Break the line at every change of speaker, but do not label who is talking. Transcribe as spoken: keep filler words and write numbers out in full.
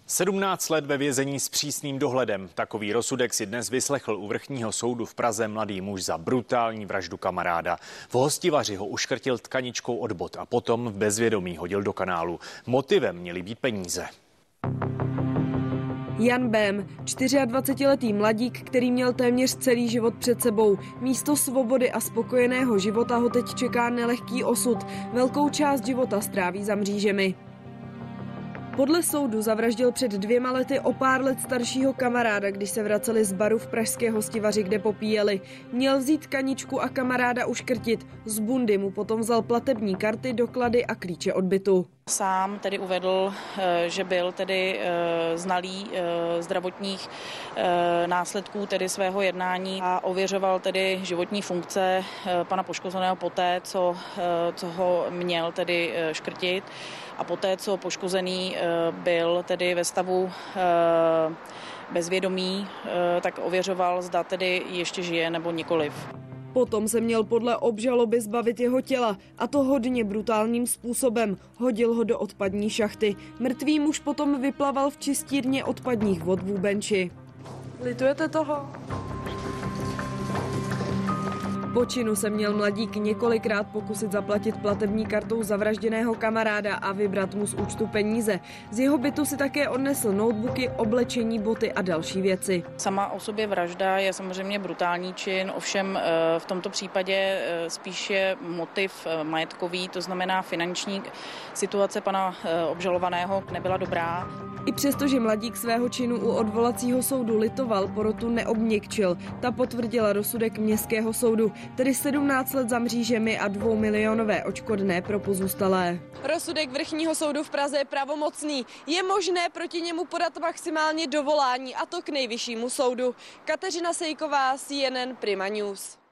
sedmnáct let ve vězení s přísným dohledem. Takový rozsudek si dnes vyslechl u vrchního soudu v Praze mladý muž za brutální vraždu kamaráda. V Hostivaři ho uškrtil tkaničkou od bot a potom v bezvědomí hodil do kanálu. Motivem měly být peníze.
Jan Bém, dvacetičtyřletý mladík, který měl téměř celý život před sebou. Místo svobody a spokojeného života ho teď čeká nelehký osud. Velkou část života stráví za mřížemi. Podle soudu zavraždil před dvěma lety o pár let staršího kamaráda, když se vraceli z baru v pražské Hostivaři, kde popíjeli. Měl vzít kaničku a kamaráda uškrtit. Z bundy mu potom vzal platební karty, doklady a klíče od bytu.
Sám tedy uvedl, že byl tedy znalý zdravotních následků tedy svého jednání a ověřoval tedy životní funkce pana poškozeného poté, co, co ho měl tedy škrtit a poté, co poškozený byl tedy ve stavu bezvědomí, tak ověřoval, zda tedy ještě žije nebo nikoliv.
Potom se měl podle obžaloby zbavit jeho těla, a to hodně brutálním způsobem. Hodil ho do odpadní šachty. Mrtvý muž potom vyplaval v čistírně odpadních vod v Hubenči. Litujete toho? Po činu se měl mladík několikrát pokusit zaplatit platební kartou zavražděného kamaráda a vybrat mu z účtu peníze. Z jeho bytu si také odnesl notebooky, oblečení, boty a další věci.
Sama o sobě vražda je samozřejmě brutální čin, ovšem v tomto případě spíš je motiv majetkový, to znamená finanční situace pana obžalovaného nebyla dobrá.
I přesto, že mladík svého činu u odvolacího soudu litoval, porotu neobměkčil. Ta potvrdila rozsudek městského soudu, tedy sedmnáct let za mřížemi a dvoumilionové odškodné pro pozůstalé.
Rozsudek vrchního soudu v Praze je pravomocný. Je možné proti němu podat maximálně dovolání, a to k nejvyššímu soudu. Kateřina Sejková, C N N Prima News.